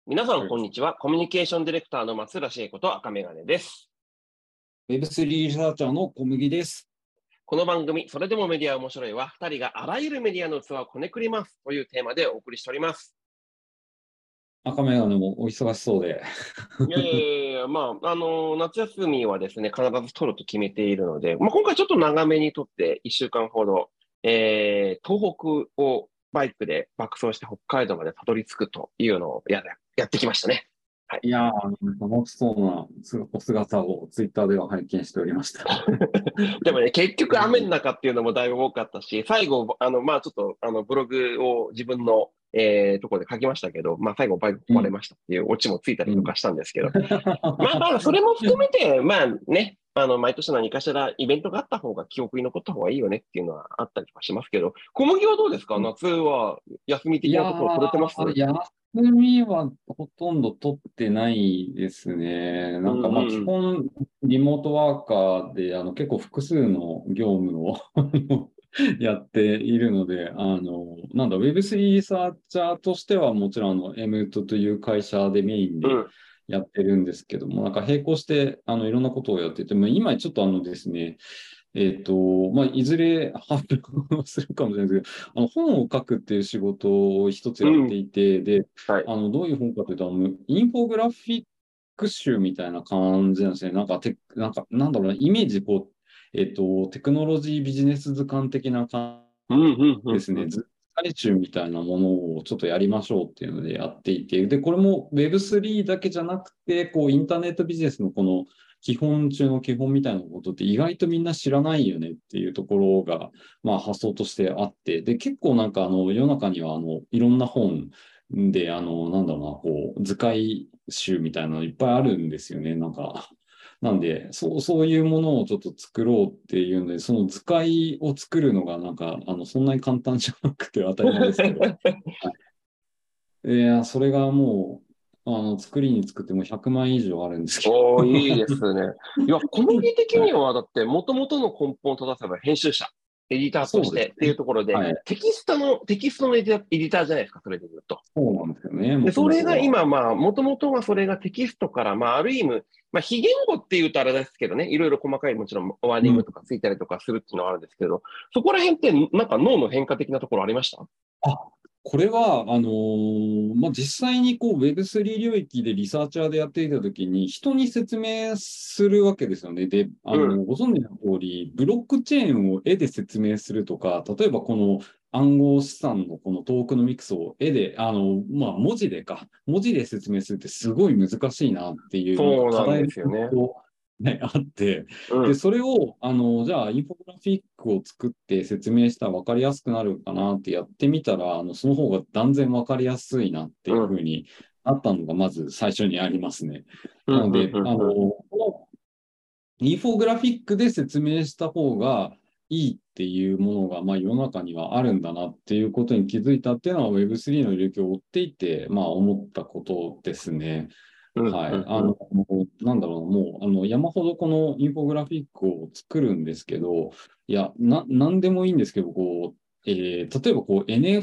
皆さん、 はい。 こんにちは。コミュニケーションディレクターの松浦茂子と赤メガネです。 Web3 リサーチャーの小麦です。 この番組、それでもメディア面白いは、2人があらゆるメディアの器をこねくりますというテーマでお送りしております。 赤メガネもお忙しそうで。 いやいやいやいや、夏休みはですね、必ず取ると決めているので、今回ちょっと長めに取って1週間ほど、東北をバイクで爆走して北海道までたどり着くというのをやってきましたね。はい。 いやー、楽しそうなお姿をツイッターでは拝見しておりました。 でもね、結局雨のうん。 中っていうのもだいぶ多かったし、最後、ちょっと、ブログを自分の、ところで書きましたけど、最後バイク壊れましたっていうオチもついたりとかしたんですけど、それも含めて、毎年何かしらイベントがあった方が記憶に残った方がいいよねっていうのはあったりとかしますけど、小麦はどうですか？夏は休みいや的なところ取れてます？ ー、休みはほとんど取ってないですね。 う基んうん。 本リモートワーカーで、結構複数の業務をやっているので、Web3 リサーチャーとしてはもちろんエムートという会社でメインでうん。 やってるんですけども、並行して、いろんなことをやってて、今ちょっとですね、いずれ発表するかもしれないですけど、本を書くっていう仕事を一つやってうん。 いて、で、 はい。 どういう本かというと、インフォグラフィック集みたいな感じなんですね。なんだろうな、イメージ、テクノロジービジネス図鑑的な感うん、うん、うん、 じですね。 うん。 図解集みたいなものをちょっとやりましょうっていうのでやっていて、で、これも Web3 だけじゃなくて、インターネットビジネスのこの基本中の基本みたいなことって意外とみんな知らないよねっていうところが、発想としてあって、で、結構世の中にはいろんな本で、図解集みたいなのいっぱいあるんですよね。なんで、そういうものをちょっと作ろうっていうので、その図解を作るのが、そんなに簡単じゃなくて当たり前ですけど、はい。いや、それがもう、作りに作っても100万以上あるんですけおー、いいど。 ですね。いや、小麦的はい。 には、だって、もともとの根本を正せば編集者、エディターとそうしてっていうですね。 ところで、 はい。 テキストのエディターじゃないですか、それで言うと。 そうなんですよね、 で、 もとそもとは。 れが今、もともとはそれがテキストから、ある意味、非言語って言うとあれですけどね、いろいろ細かいもちろんワーディングうん。 とかついたりとかするっていうのはあるんですけど、そこら辺って、なんか脳の変化的なところありました？ あ、これは、実際にWeb3 領域でリサーチャーでやっていたときに、人に説明するわけですよね。で、 うん。 ご存知の通り、ブロックチェーンを絵で説明するとか、例えばこの暗号資産のこのトークのミックスを絵で、文字で説明するってすごい難しいなっていう、 そうなん課題がですよね。 ね、あって、で、 うん。 それを、じゃあ、インフォグラフィックを作って説明したら分かりやすくなるかなってやってみたら、その方が断然分かりやすいなってうん。 いうふうになったのが、まず最初にありますね。 うん。うん。 なので、 うん。うん。 このインフォグラフィックで説明した方がいいっていうものが、世の中にはあるんだなっていうことに気づいたっていうのは Web3 の領域を追っていて、思ったことですね。 うん。 はい。 うん。うん。 山ほどこのインフォグラフィックを作るんですけど、いや、なんでもいいんですけど、例えば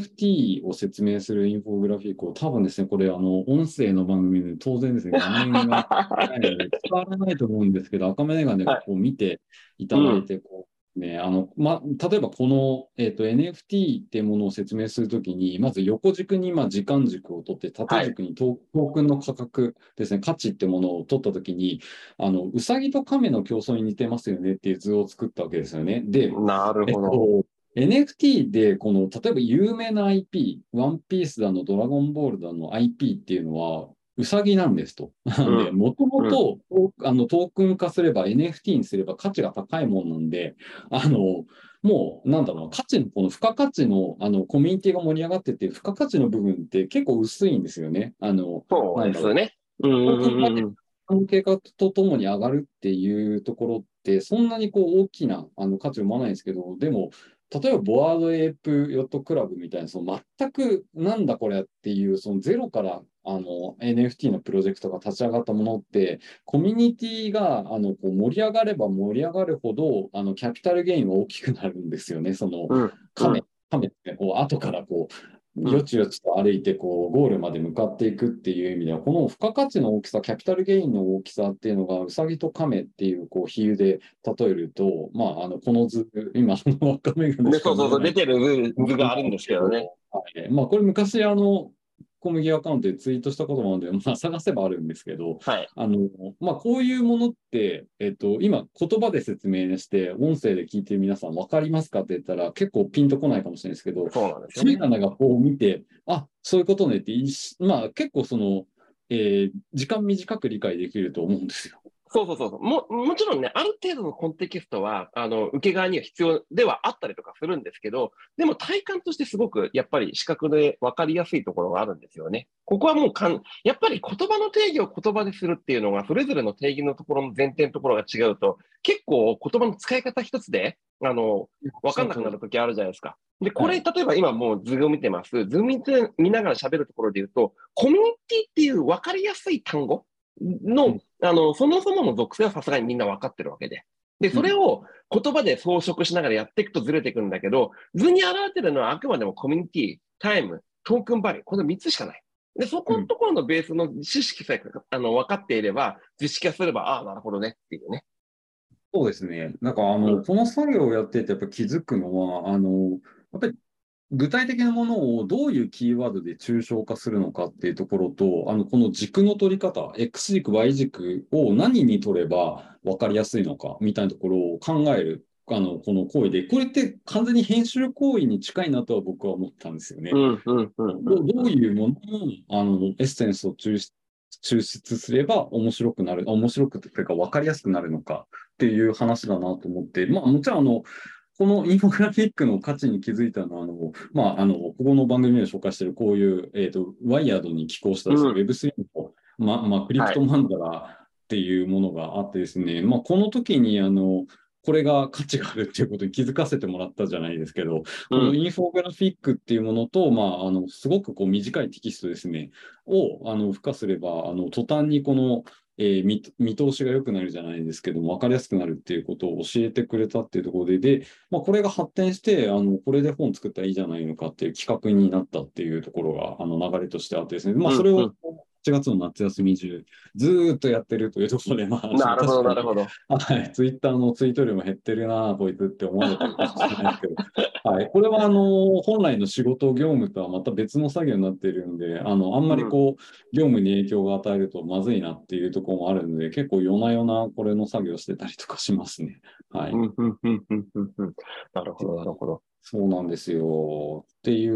NFT を説明するインフォグラフィックを多分ですね、これ音声の番組で当然ですね、画面がないので伝わらないと思うんですけど、赤目ガネがはい。 見ていうん。 ただいて、例えばこの、NFT っていうものを説明するときに、まず横軸に時間軸を取って、縦はい。 軸にトークンの価格ですね、価値ってものを取ったときに、うさぎと亀の競争に似てますよねっていう図を作ったわけですよね。で、 なるえっほど。 と、NFT で、例えば有名な IP、ワンピースだの、ドラゴンボールだの IP っていうのは、ウサギなんですと。なんで、 うん。 もともうん。 とトークン化すれば NFT にすれば価値が高いもんなんで、もう、価値の、この付加価値の、コミュニティが盛り上がってて、付加価値の部分って結構薄いんですよね。 そうなんだろう。 ですね。うん。 トークンがうん。うん。 関係化とともに上がるっていうところって、そんなに大きな価値を生まないんですけど、でも、例えば、ボワードエイプヨットクラブみたいな、全くなんだこれっていう、そのゼロからNFT のプロジェクトが立ち上がったものって、コミュニティが盛り上がれば盛り上がるほど、キャピタルゲインは大きくなるんですよね。 うん。うん。 亀って後からよちよちと歩いて、こう、ゴールまで向かっていくっていう意味では、この付加価値の大きさ、キャピタルゲインの大きさっていうのが、ウサギとカメっていう、こう、比喩で例えると、まあ、この図、今、ワカメガネで、 しかそうそうそう、 見えない出てる図があるんですけど、 けどね。 はい、まあ、これ昔、小麦アカウントでツイートしたこともあるんで、まあ、探せばあるんですけど、 はい。 まあ、こういうものって、今、言葉で説明して、音声で聞いてる皆さん分かりますかって言ったら、結構ピンとこないかもしれないですけど、 そうなんですよシーね。 ナがこう見て、あ、そういうことねってまあ、結構時間短く理解できると思うんですよ。 そうそうそうそう。もちろんね、ある程度のコンテキストは、受け側には必要ではあったりとかするんですけど、でも体感としてすごく、やっぱり視覚で分かりやすいところがあるんですよね。ここはもうやっぱり言葉の定義を言葉でするっていうのが、それぞれの定義のところの前提のところが違うと、結構言葉の使い方一つで、分かんなくなるときあるじゃないですか。で、これ、 はい。 例えば今もう図を見てます。図見ながら喋るところで言うと、コミュニティっていう分かりやすい単語の、 うん。 そもそもの属性はさすがにみんな分かってるわけで。で、 うん。 それを言葉で装飾しながらやっていくとずれていくんだけど、図に表れてるのはあくまでもコミュニティ、タイム、トークンバリュー、この3つしかない。で、そこのうん。 ところのベースの知識さえ分かっていれば、図式化すれば、ああ、なるほどねっていうね。 そうですね。なんか、 うん。 この作業をやってて、やっぱ気づくのは、やっぱり具体的なものをどういうキーワードで抽象化するのかっていうところと、この軸の取り方、X 軸、Y 軸を何に取れば分かりやすいのかみたいなところを考える、この行為で、これって完全に編集行為に近いなとは僕は思ったんですよね。 うん、うん、うん、うん、 どううん。 いうものを、エッセンスを抽出すれば面白くなる、面白くというか分かりやすくなるのかっていう話だなと思って、まあもちろんこのインフォグラフィックの価値に気づいたのは、まあここの番組で紹介しているこういう、ワイヤードに寄稿したですね、 うん。 Web3 の、まあ、クリプはい。 トマンダラっていうものがあってですね、まあこの時にこれが価値があるっていうことに気づかせてもらったじゃないですけど、このうん。 インフォグラフィックっていうものと、まあ、すごくこう短いテキストですね、を付加すれば、途端にこの、見通しが良くなるじゃないですけども、分かりやすくなるっていうことを教えてくれたっていうところで、まあ、これが発展して、これで本作ったらいいじゃないのかっていう企画になったっていうところが、流れとしてあってですね、まあ、そうん。 れをうん。 8月の夏休み中、ずーっとやってるというところで、まあ、 なるほど、 確かに、 なるほど。 はい、ツイッターのツイート量も減ってるな、こいつって思われてるかもしれないですけど、はい。これは、本来の仕事、業務とはまた別の作業になっているんで、あんまうん。 りこう、業務に影響が与えるとまずいなっていうところもあるので、結構夜な夜なこれの作業してたりとかしますね。はい。 うん。うん。うん。うん。うん。うん。なるほど、なるほど。 そうなんですよ。っていう、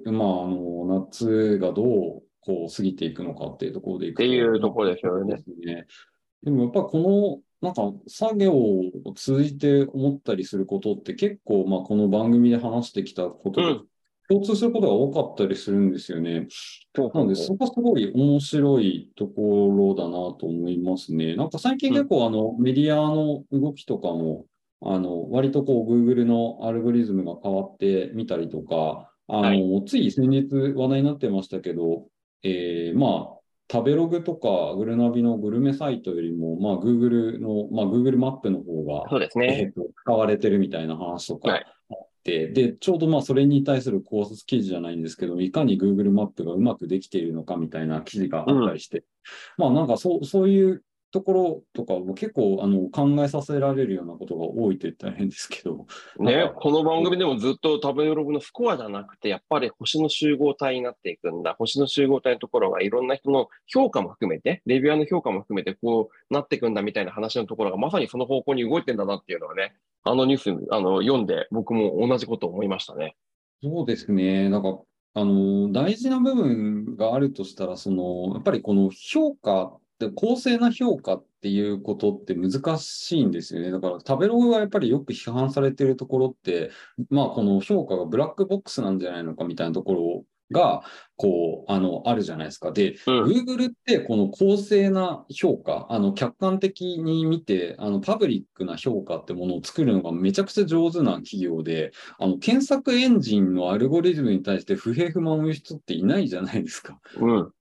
まあ、夏がどう、こう、過ぎていくのかっていうところでいってくと、まあ、 いうところですよね。 ですね。でもやっぱりこの、なんか作業を通じて思ったりすることって結構、まあこの番組で話してきたこととうん。 共通することが多かったりするんですよね。 ほうほうほなのでそこすごい面白いところだなと思いますね。なんか最近う。うん。 結構メディアの動きとかも、割とこう Google のアルゴリズムが変わってみたりとか、 はい。 つい先日話題になってましたけど、まあ食べログとかグルナビのグルメサイトよりも、まあ、Google の、まあ、Google マップの方が、 そうですね。 使われてるみたいな話とかはい。 あって、で、ちょうどまあそれに対する考察記事じゃないんですけど、いかに Google マップがうまくできているのかみたいな記事がうん。 あったりして、まあなんかそういうところとかも結構考えさせられるようなことが多いと言ったら変ですけど、なんね、 か、 この番組でもずっと食べログのスコアじゃなくて、やっぱり星の集合体になっていくんだ。星の集合体のところがいろんな人の評価も含めて、レビュアーの評価も含めてこうなっていくんだみたいな話のところがまさにその方向に動いてんだなっていうのはね、あのニュース、読んで僕も同じことを思いましたね。 そうですね。なんか、大事な部分があるとしたら、やっぱりこの評価って、公正な評価っていうことって難しいんですよね。だから、食べログがやっぱりよく批判されているところって、まあ、この評価がブラックボックスなんじゃないのかみたいなところが、こう、あるじゃないですか。で、 うん。 Google ってこの公正な評価、客観的に見て、パブリックな評価ってものを作るのがめちゃくちゃ上手な企業で、検索エンジンのアルゴリズムに対して不平不満を言う人っていないじゃないですか。 うん。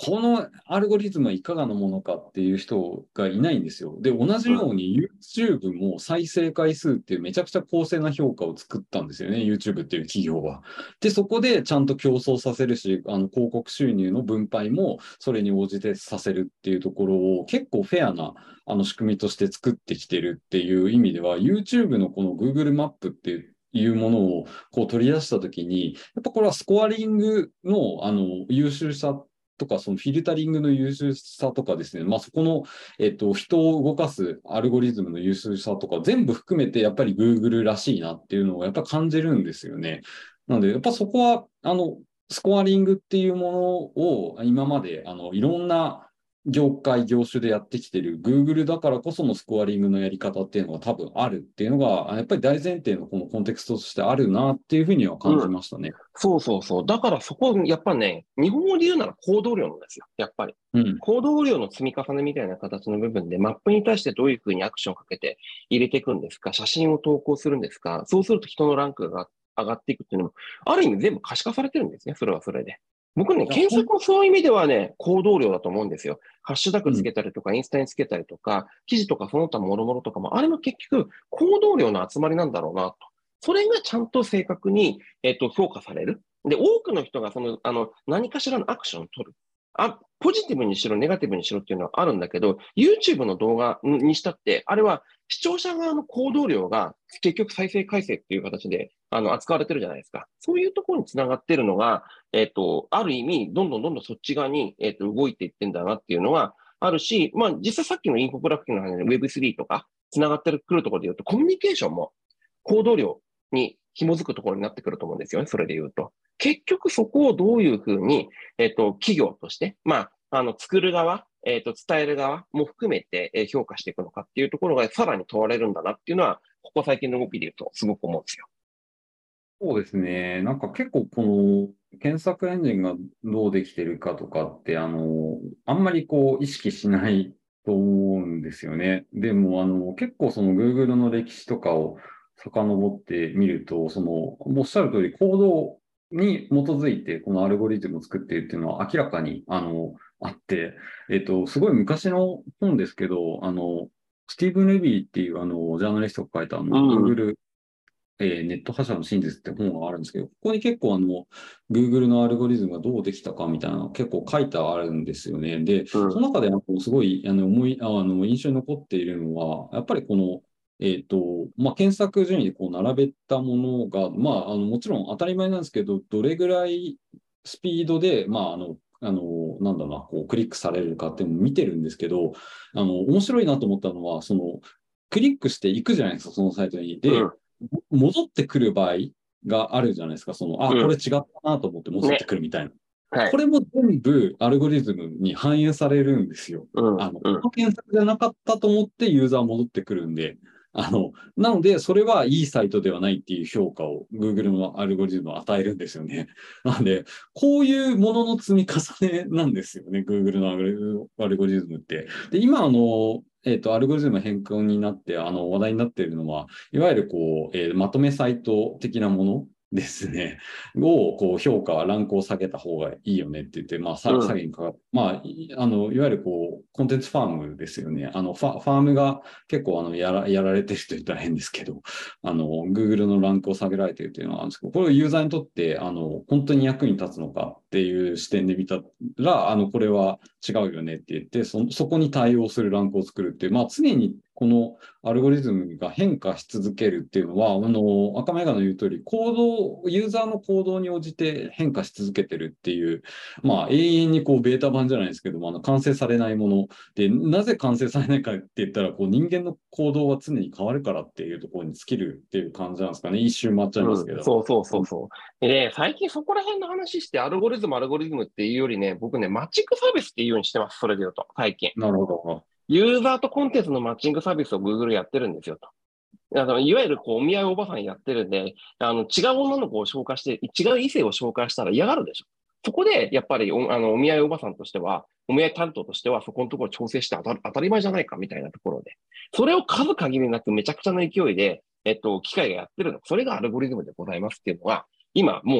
このアルゴリズムはいかがなものかっていう人がいないんですよ。で、同じうん。 ように YouTube も再生回数っていうめちゃくちゃ公正な評価を作ったんですよね、YouTube っていう企業は。で、そこでちゃんと競争させるし、広告収入の分配もそれに応じてさせるっていうところを結構フェアな仕組みとして作ってきてるっていう意味では、YouTube のこの Google マップっていうものをこう取り出したときに、やっぱこれはスコアリングの、優秀さとか、そのフィルタリングの優秀さとかですね、まあそこの、人を動かすアルゴリズムの優秀さとか全部含めて、やっぱり Google らしいなっていうのをやっぱ感じるんですよね。なので、やっぱそこは、スコアリングっていうものを今まで、いろんな業界、業種でやってきてる Google だからこそのスコアリングのやり方っていうのが多分あるっていうのが、やっぱり大前提のこのコンテクストとしてあるなっていうふうには感じうん。 ましたね。 そうそうそう。だからそこ、やっぱね、日本語で言うなら行動量なんですよ。やっぱり。 うん。 行動量の積み重ねみたいな形の部分で、マップに対してどういうふうにアクションをかけて入れていくんですか、写真を投稿するんですか、そうすると人のランクが上がっていくっていうのも、ある意味全部可視化されてるんですね。それはそれで。僕ね、 いや、 検索もそういう意味ではね、行動量だと思うんですよ。ハッシュタグつうん。 けたりとか、インスタにつけたりとか、記事とかその他もろもろとかも、あれも結局行動量の集まりなんだろうなと。それがちゃんと正確に、評価される。で、多くの人が何かしらのアクションを取る。ポジティブにしろ、ネガティブにしろっていうのはあるんだけど、YouTube の動画にしたって、あれは視聴者側の行動量が結局再生回数っていう形で、扱われてるじゃないですか。そういうところにつながってるのが、ある意味、どんどんどんどんそっち側に、動いていってんだなっていうのはあるし、まあ、実際さっきのインフォグラフィックの話で Web3 とか、つながってくるところで言うと、コミュニケーションも行動量に紐づくところになってくると思うんですよね。それで言うと。結局そこをどういうふうに、企業として、まあ、作る側、伝える側も含めて、評価していくのかっていうところがさらに問われるんだなっていうのは、ここ最近の動きで言うとすごく思うんですよ。 そうですね。なんか結構この検索エンジンがどうできてるかとかって、あんまりこう意識しないと思うんですよね。でも、結構その Google の歴史とかを遡ってみると、おっしゃる通り行動に基づいてこのアルゴリズムを作っているっていうのは明らかに、あって、すごい昔の本ですけど、スティーブン・レビーっていうジャーナリストが書いたうん。 Google ネット覇者の真実って本があるんですけど、ここに結構Google のアルゴリズムがどうできたかみたいなの結構書いてあるんですよね。で、 うん。 その中ですごい印象に残っているのは、やっぱりこの、まあ、検索順位でこう並べたものが、まあ、もちろん当たり前なんですけど、どれぐらいスピードで、まあ、なんだろうな、こう、クリックされるかっていうのを見てるんですけど、面白いなと思ったのは、クリックしていくじゃないですか、そのサイトに。で、 うん。 戻ってくる場合があるじゃないですか。これうん。 違ったなと思って戻ってね。 くるみたいな。 はい。 これも全部アルゴリズムに反映されるんですよ。 うん。うん。 この検索じゃなかったと思ってユーザー戻ってくるんで、なので、それはいいサイトではないっていう評価を Google のアルゴリズムは与えるんですよね。なので、こういうものの積み重ねなんですよね、Google のアルゴリズムって。で、今、アルゴリズム変更になって、話題になっているのは、いわゆるこう、まとめサイト的なものですね。を、こう、ランクを下げた方がいいよねって言って、まあ、 うん。 下げにかかる。まあ、いわゆるこう、コンテンツファームですよね。ファームが結構、やられてると言ったら変ですけど、Google のランクを下げられているっていうのはあるんですけど、これをユーザーにとって、本当に役に立つのかっていう視点で見たら、これは違うよねって言って、そこに対応するランクを作るっていう、まあ、常にこのアルゴリズムが変化し続けるっていうのは、赤目がの言う通り、ユーザーの行動に応じて変化し続けてるっていう、まあ、永遠にこう、ベータ版じゃないですけども、完成されないもので、なぜ完成されないかって言ったら、こう、人間の行動は常に変わるからっていうところに尽きるっていう感じなんですかね。一周回っちゃいますけうん。 ど。 そうそうそうん。 うそう。でね、最近そこら辺の話してアルゴリズムっていうよりね、僕ね、マッチングサービスっていうようにしてます。それで言うと、最近。 なるほど。 ユーザーとコンテンツのマッチングサービスを Google やってるんですよと。いわゆるこう、お見合いおばさんやってるんで、違う女の子を紹介して、違う異性を紹介したら嫌がるでしょ。そこで、やっぱりお見合いおばさんとしては、お見合い担当としては、そこのところ調整して当たり前じゃないかみたいなところで。それを数限りなくめちゃくちゃな勢いで、機械がやってるの。それがアルゴリズムでございますっていうのは、今もう、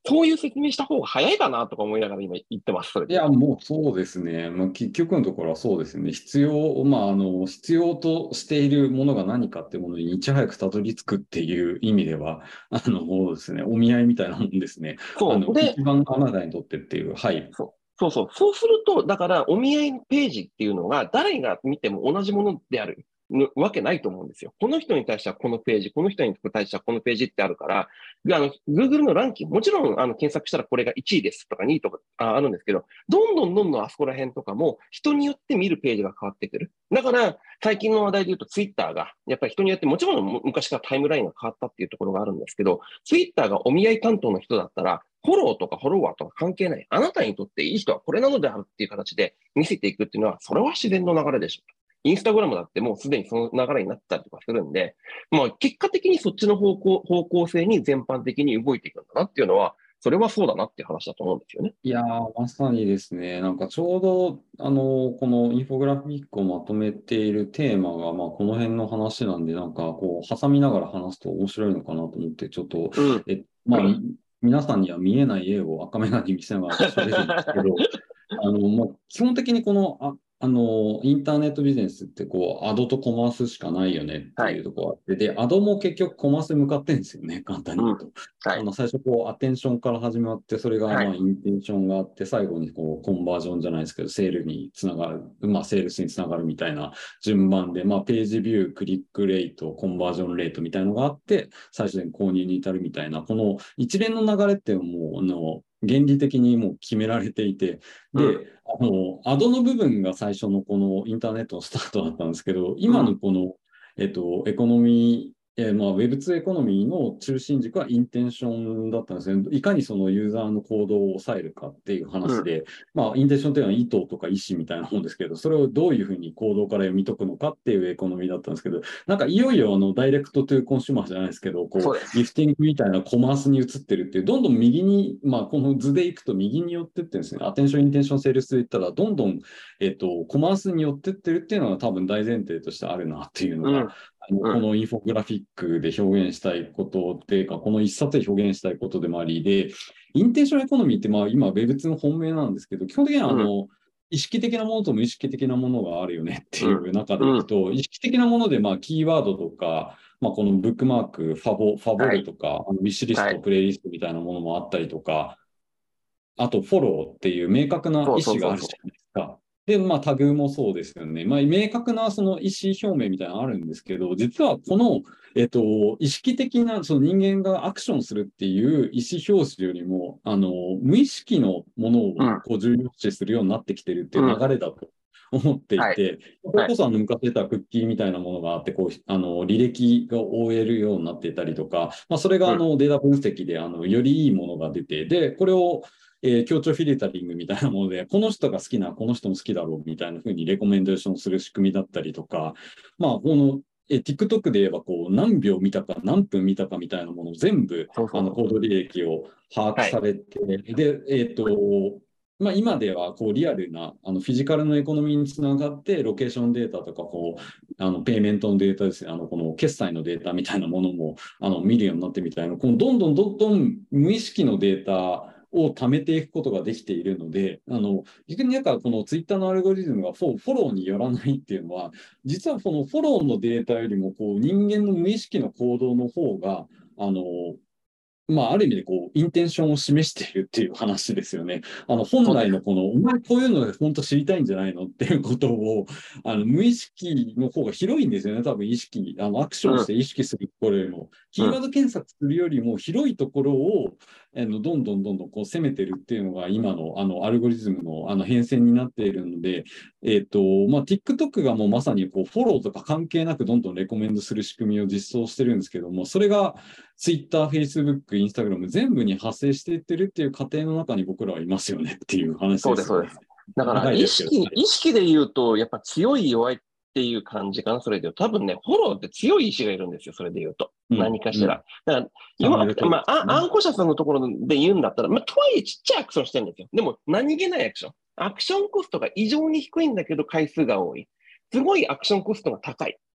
そういう説明した方が早いかなとか思いながら今言ってます、それで。 いや、もうそうですね。まあ、結局のところはそうですね。必要としているものが何かっていうものにいち早くたどり着くっていう意味では、そうですね。お見合いみたいなもんですね。 そう。で、 一番あなたにとってっていう、はい。 そうそう。そうすると、だから、お見合いページっていうのが、誰が見ても同じものであるわけないと思うんですよ。この人に対してはこのページ、この人に対してはこのページってあるから、Google のランキング、もちろん、検索したらこれが1位ですとか2位とかあるんですけど、どんどんあそこら辺とかも、人によって見るページが変わってくる。だから、最近の話題で言うと、Twitter が、やっぱり人によって、もちろん昔からタイムラインが変わったっていうところがあるんですけど、Twitter がお見合い担当の人だったら、フォローとかフォロワーとか関係ない。あなたにとっていい人はこれなのであるっていう形で見せていくっていうのは、それは自然の流れでしょ。インスタグラムだってもうすでにその流れになったりとかするんで、まあ結果的にそっちの方向性に全般的に動いていくんだなっていうのは、それはそうだなっていう話だと思うんですよね。 いやー、まさにですね。なんかちょうど、このインフォグラフィックをまとめているテーマが、まあ、この辺の話なんで、なんかこう、挟みながら話すと面白いのかなと思って、ちょっと、 うん。 まあ、皆さんには見えない絵を赤眼鏡に見せながら喋るんですけど、もう基本的にこの、インターネットビジネスってこう、アドとコマースしかないよねってはい。 いうところがあって、で、アドも結局コマースに向かってるんですよね、簡単にうん。 言うと。 はい。 最初こう、アテンションから始まって、それがはい。 まあ、インテンションがあって、最後にこう、コンバージョンじゃないですけど、セールにつながる、まあ、セールスにつながるみたいな順番で、まあ、ページビュー、クリックレート、コンバージョンレートみたいなのがあって、最終的に購入に至るみたいな、この一連の流れってもう、原理的にもう決められていて、 うん。 で、アドの部分が最初のこのインターネットのスタートだったんですけど、今のうん。 この、エコノミー、まあ、Web2 エコノミーの中心軸はインテンションだったんですね。いかにそのユーザーの行動を抑えるかっていううん。 話で、まあ、インテンションっていうのは意図とか意思みたいなもんですけど、それをどういうふうに行動から読み解くのかっていうエコノミーだったんですけど、なんかいよいよダイレクトトゥーコンシューマーじゃないですけど、こう、リそうです。 フティングみたいなコマースに移ってるっていう、どんどん右に、まあ、この図でいくと右に寄ってってるんですね。アテンション、インテンション、セールスで言ったら、どんどん、コマースに寄ってってるっていうのが多分大前提としてあるなっていうのが、 うん。うん。 このインフォグラフィックで表現したいことっていうか、この一冊で表現したいことでもありで、インテンションエコノミーってまあ今 Web2 の本命なんですけど、基本的にはうん。 意識的なものと無意識的なものがあるよねってうん。 いう中でいうん。 くと、意識的なものでまあキーワードとか、まあ、このブックマーク、ファボはい。 るとか、ウィッシュリスト、 はい。 プレイリストみたいなものもあったりとか、あと、フォローっていう明確なそう意そうそうそ思があるじゃないですか。で、まあ、タグもそうですよね。まあ、明確なその意思表明みたいなのあるんですけど、実はこの、意識的な、その人間がアクションするっていう意思表示よりも、無意識のものをう。うん。 こう重要視するようになってきてるっていううん。 流れだと思っていはい。 て、それはい。 こそ昔出たクッキーみたいなものがあって、こう、履歴が追えるようになっていたりとか、まあ、それがうん。 データ分析でよりいいものが出て、で、これを協調フィルタリングみたいなもので、この人が好きな、この人も好きだろうみたいな風にレコメンデーションする仕組みだったりとか、まあ、TikTok で言えば、こう、何秒見たか、何分見たかみたいなものを全部、 そうそうそ行動履歴を把う。はい。 握されて、で、まあ、今ではこうリアルなフィジカルのエコノミーにつながってロケーションデータとかこうペイメントのデータですねこの決済のデータみたいなものも見るようになってみたいなこのどんどん無意識のデータを貯めていくことができているので逆になんかこのツイッターのアルゴリズムがフォローによらないっていうのは実はこのフォローのデータよりもこう人間の無意識の行動の方があのまあ、ある意味でこう、インテンションを示しているっていう話ですよね。本そうです。 来のこの、お前こういうので本当知りたいんじゃないのっていうことを、無意識の方が広いんですよね。多分意識、アクションしてうん。 意識するところよりも、キうん。 ーワード検索するよりも広いところを、どんどんこう攻めてるっていうのが今のアルゴリズムの変遷になっているので、まあ、TikTok がもうまさにこうフォローとか関係なくどんどんレコメンドする仕組みを実装してるんですけども、それが Twitter、Facebook、Instagram 全部に派生していってるっていう過程の中に僕らはいますよねっていう話そうです、 ですよね。 そうです。だから、 長いですけど。はい。 意識で言うと、やっぱ強い弱いっていう感じかな、それで言うと。多分ね、フォローって強い意志がいるんですよ、それで言うと。 うん、うん。 何かしら。だから、 チャンネル登まあ、 録ですね。 あんこ者さんのところで言うんだったら、まあ、とはいえちっちゃいアクションしてるんですよ。でも、何気ないアクション。アクションコストが異常に低いんだけど、回数が多い。すごいアクションコストが高い。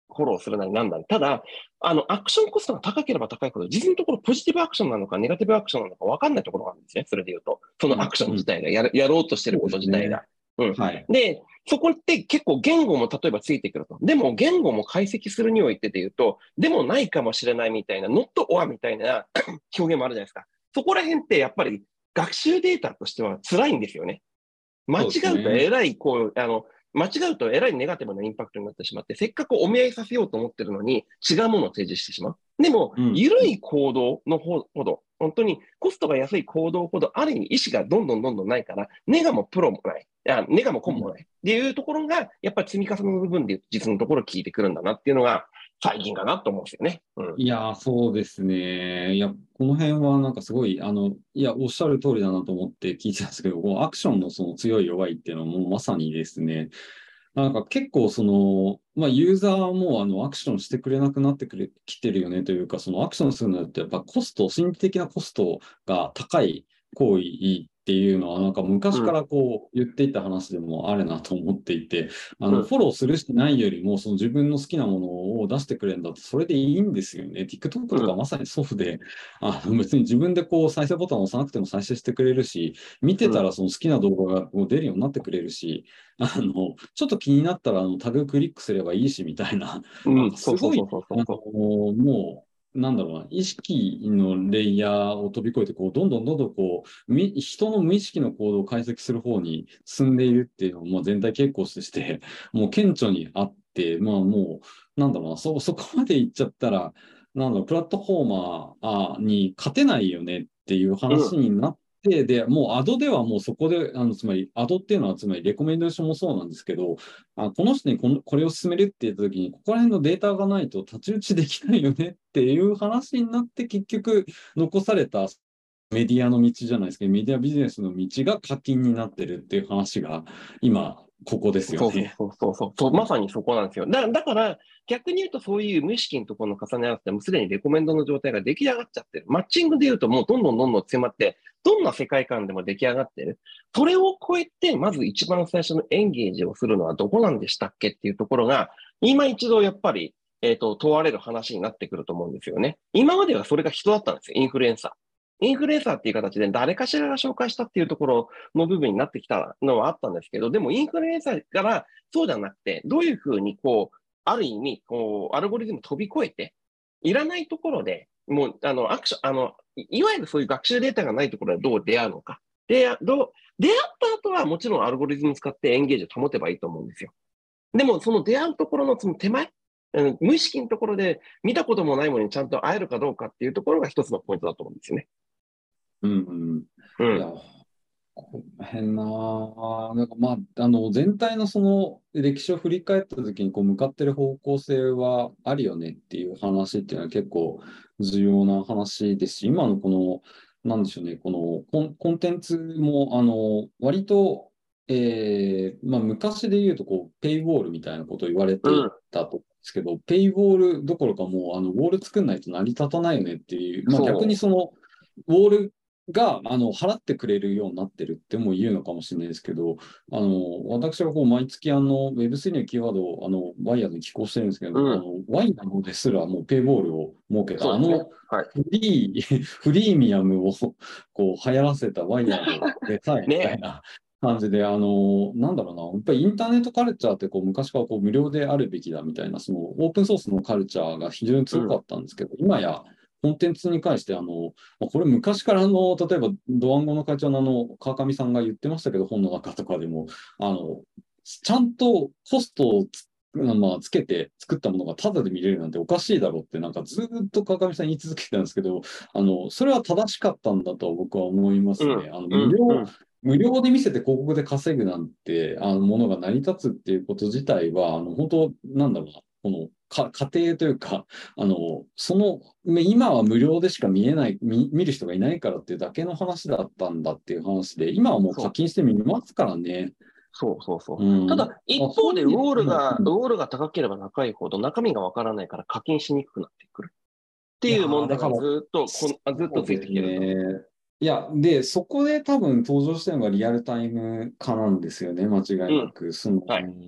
フォローするなりなんだり。ただ、アクションコストが高ければ高いほど、実のところポジティブアクションなのか、ネガティブアクションなのか分かんないところがあるんですね。それで言うと。そのアクション自体がやろうとしてること自体が。うん。 はい。 で、そこって結構言語も例えばついてくると。でも言語も解析するにおいてで言うと、でもないかもしれないみたいな、not or みたいな表現もあるじゃないですか。そこら辺ってやっぱり学習データとしては辛いんですよね。間違そうですうとね。 えらい、間違うとえらいネガティブなインパクトになってしまって、せっかくお見合いさせようと思ってるのに違うものを提示してしまう。でも、 うん。 緩い行動のほど、本当にコストが安い行動ほど、ある意味意思がどんどんどんどんないから、ネガもプロもない。ネガもコンもない。っていうところが、やっぱり積み重ねの部分で実のところ効いてくるんだなっていうのが、最近かなと思うんですよね。うん。 いやー、そうですね。いや、この辺はなんかすごい、いや、おっしゃる通りだなと思って聞いてたんですけど、こうアクションのその強い弱いっていうのはもうまさにですね、なんか結構その、まあユーザーもアクションしてくれなくなってきてるよねというか、そのアクションするのってやっぱ心理的なコストが高い行為っていうのはなんか昔かうん。 らこう言っていた話でもあるなと思っていて、 うん。 フォローするしないよりもその自分の好きなものを出してくれるんだとそれでいいんですよね。TikTok うん。 とかまさにそうで、別に自分でこう再生ボタンを押さなくても再生してくれるし、見てうん。 たらその好きな動画がこう出るようになってくれるし、ちょっと気になったらタグクリックすればいいしみたいな、なんかうん。そうすごい、 そうそうそうそうそもう、なんだろうな、意識のレイヤーを飛び越えて、こう、どんどんどんどんこう、人の無意識の行動を解析する方に進んでいるっていうのも、全体傾向として、もう顕著にあって、まあもう、なんだろうな、そこまでいっちゃったら、なんだろう、プラットフォーマーに勝てないよねっていうう。うん。 話になって、で、もうアドではもうそこで、つまり、アドっていうのは、つまりレコメンデーションもそうなんですけど、この人にこれを進めるって言ったときに、ここら辺のデータがないと太刀打ちできないよねっていう話になって、結局残されたメディアの道じゃないですけど、メディアビジネスの道が課金になってるっていう話が、今、ここですよそうそうね。 そうそうそう、そうまさにそこなんですよ。だから、逆に言うとそういう無意識のところの重ね合わせてもすでにレコメンドの状態が出来上がっちゃってる。マッチングで言うともうどんどんどんどん強まって、どんな世界観でも出来上がってる。それを超えて、まず一番最初のエンゲージをするのはどこなんでしたっけっていうところが、今一度やっぱり、問われる話になってくると思うんですよね。今まではそれが人だったんですよ、インフルエンサー。インフルエンサーっていう形で誰かしらが紹介したっていうところの部分になってきたのはあったんですけど、でもインフルエンサーからそうじゃなくて、どういうふうにある意味、アルゴリズム飛び越えて、いらないところで、もう、アクション、いわゆるそういう学習データがないところでどう出会うのか。出会った後はもちろんアルゴリズム使ってエンゲージを保てばいいと思うんですよ。でも、その出会うところのその手前、無意識のところで見たこともないものにちゃんと会えるかどうかっていうところが一つのポイントだと思うんですよね。 うんうん。いや、 うん。 この辺なあ、なんかまあ、全体のその歴史を振り返った時にこう向かってる方向性はあるよねっていう話っていうのは結構重要な話ですし、今のこの、なんでしょうね、このコンテンツも、割と、まあ昔で言うとこう、ペイウォールみたいなことを言われていうん。 たと思うんですけど、ペイウォールどころかもう、ウォール作んないと成り立たないよねっていう、まあ逆にそその、ウォールが、払ってくれるようになってるっても言うのかもしれないですけど、私はこう、毎月Web3 のキーワードを、ワイヤードに寄稿してるんですけど、 う。うん。 ワイヤードですらもうペイボールを設けた、 そうですね。はい。 フリーミアムをこう、流行らせたワイヤードでさえ、みたいね。 な感じで、なんだろうな、やっぱりインターネットカルチャーってこう、昔からこう、無料であるべきだみたいな、その、オープンソースのカルチャーが非常にうん。 強かったんですけど、今や、コンテンツに関して、まあこれ昔から例えば、ドワンゴの会長の川上さんが言ってましたけど、本の中とかでも、ちゃんとコストをまあ、つけて作ったものがタダで見れるなんておかしいだろうって、なんかずっと川上さん言い続けてたんですけど、それは正しかったんだと僕は思いまうん。 すね。 うん。うん。 無料で見せて広告で稼ぐなんて、ものが成り立つっていうこと自体は、本当、なんだろうな、この、家庭というか、今は無料でしか見えない、見る人がいないからっていうだけの話だったんだっていう話で、今はもう課そう。 金して見ますからね。 そうそうそう。 うん。 ただ、一方で、 そういう意味でも、うん、 ウォールが高ければ高いほど中身がわからないから課金しにくくなってくる。っていやいう問ー、だから、 題がずっとついてそうですきてると。 ね。いや、で、そこで多分登場したのがリアルタイム化なんですよね、間違うん。 いなく。 はい。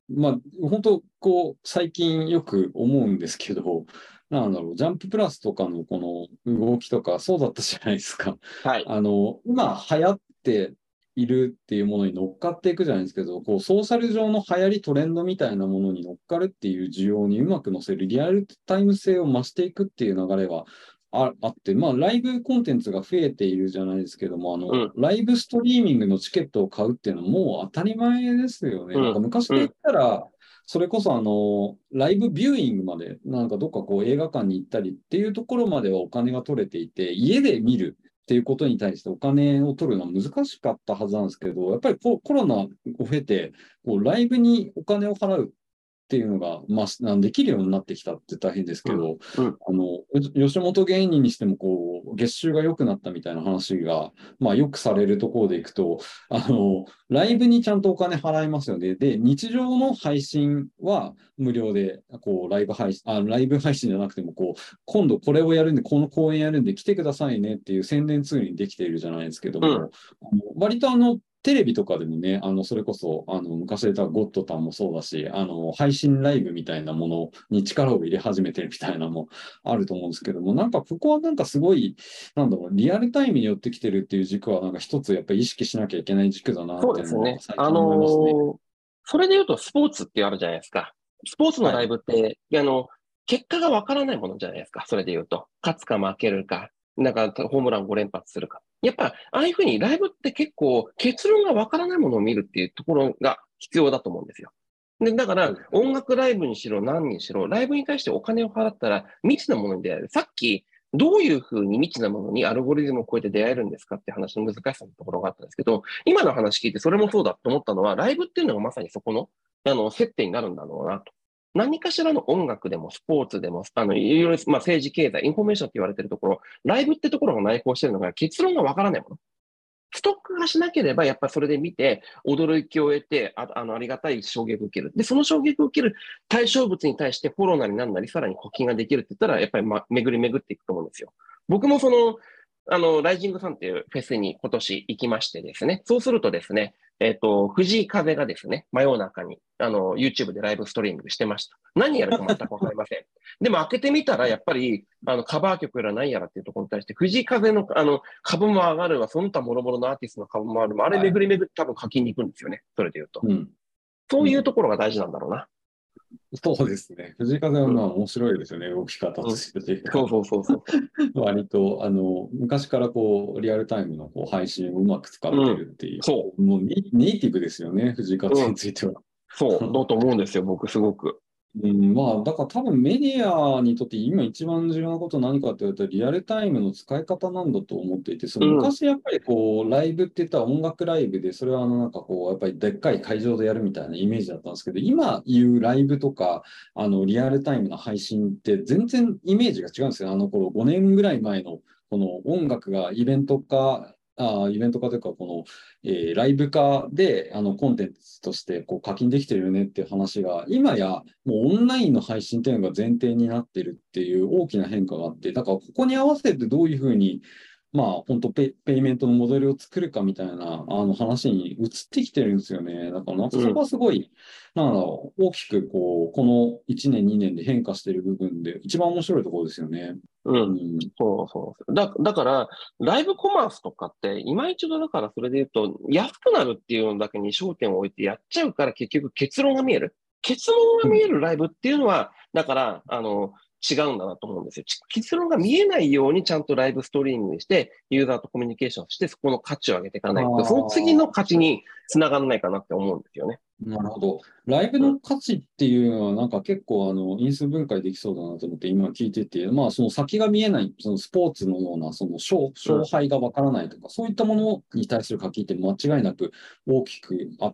まあ、本当、こう、最近よく思うんですけど、なんだろう、ジャンププラスとかのこの動きとか、そうだったじゃないですか。 はい。 今流行っているっていうものに乗っかっていくじゃないですけど、こう、ソーシャル上の流行りトレンドみたいなものに乗っかるっていう需要にうまく乗せるリアルタイム性を増していくっていう流れはあって、まあ、ライブコンテンツが増えているじゃないですけども、 うん、 ライブストリーミングのチケットを買うっていうのはもう当たり前ですよね。なんかうん、 昔で言っうん、 たら、それこそライブビューイングまで、なんかどっかこう映画館に行ったりっていうところまではお金が取れていて、家で見るっていうことに対してお金を取るのは難しかったはずなんですけど、やっぱりコロナを経て、こうライブにお金を払うっていうのが、まあ、できるようになってきたって大変ですうん、 けど、 うん。 吉本芸人にしても、こう、月収が良くなったみたいな話が、まあ、よくされるところでいくと、ライブにちゃんとお金払いますよね。で、日常の配信は無料で、こう、ライブ配信じゃなくても、こう、今度これをやるんで、この公演やるんで来てくださいねっていう宣伝ツールにできているじゃないですけども、割とテレビとかでもね、それこそ、昔で言ったゴッドタンもそうだし、配信ライブみたいなものに力を入れ始めてるみたいなのもあると思うんですけども、なんかここはなんかすごい、なんだろう、リアルタイムに寄ってきてるっていう軸は、なんか一つやっぱり意識しなきゃいけない軸だなっそうていうのは、 ですね。 最近思いますね。 それで言うとスポーツってあるじゃないですか。スポーツのライはい。 ブって、結果がわからないものじゃないですか。それで言うと。勝つか負けるか、なんかホームラン5連発するか。やっぱ、ああいうふうにライブって結構結論がわからないものを見るっていうところが必要だと思うんですよ。で、だから音楽ライブにしろ何にしろ、ライブに対してお金を払ったら未知なものに出会える。さっき、どういうふうに未知なものにアルゴリズムを超えて出会えるんですかって話の難しさのところがあったんですけど、今の話聞いてそれもそうだと思ったのは、ライブっていうのがまさにそこの、接点になるんだろうなと。何かしらの音楽でもスポーツでも、いろいろ、まあ、政治、経済、インフォメーションって言われてるところ、ライブってところが内包してるのが結論がわからないもの。ストックがしなければ、やっぱりそれで見て、驚きを得て、ありがたい衝撃を受ける。で、その衝撃を受ける対象物に対してフォローなりなんなり、さらに補金ができるって言ったら、やっぱり、巡り巡っていくと思うんですよ。僕もライジングさんっていうフェスに今年行きましてですね、そうするとですね、藤井風がですね、真夜中に、YouTube でライブストリーミングしてました。何やるか全くわかりません。でも開けてみたら、やっぱり、カバー曲やら何やらっていうところに対して、藤井風の、株も上がるわ、その他諸々のアーティストの株もあるわ、あれはい。 巡り巡って多分課金に行くんですよね。それで言うと。 うん。 そういううん。 ところが大事なんだろうな。 そうですね。藤井風はうん。 まあ面白いですよね。動き方とうん。 してというか。 そうそうそうそう。 割と、昔からこう、リアルタイムのこう配信をうまく使ってうん。 るっていう、 そもうネイティブですよね、藤井う。 風うん。 については。 そう。だと思うんですよ、僕すごく。 うん、まあ、だから多分メディアにとって今一番重要なことは何かって言われたらリアルタイムの使い方なんだと思っていて、そのうん。 昔やっぱりこう、ライブって言ったら音楽ライブで、それはなんかこう、やっぱりでっかい会場でやるみたいなイメージだったんですけど、今言うライブとか、リアルタイムの配信って全然イメージが違うんですよ。あの頃、5年ぐらい前の、この音楽がイベント化というか、このライブ化でコンテンツとしてこう課金できてるよねっていう話が、今やもうオンラインの配信っていうのが前提になってるっていう大きな変化があって、だからここに合わせてどういうふうに、まあ本当ペイメントのモデルを作るかみたいな話に移ってきてるんですよね。だからなんかそこうん。 はすごい、なんだろう、大きくこう、この1年2年で変化してる部分で一番面白いところですよね。 うん。 うん。 そうそう。だから、ライブコマースとかって、今一度だからそれで言うと、安くなるっていうのだけに焦点を置いてやっちゃうから結局結論が見える。結論が見えるライブっていうのは、だから、違うんだなと思うんですよ。結論が見えないようにちゃんとライブストリーミングして、ユーザーとコミュニケーションして、そこの価値を上げていかあないと、その次のあ、 価値につながらないかなって思うんですよね。 なるほど。ライブうん。 の価値っていうのは、なんか結構、因数分解できそうだなと思って今聞いてて、まあ、その先が見えない、そのスポーツのような、その勝うん。 敗がわからないとか、そういったものに対する書きって間違いなく大きくあって、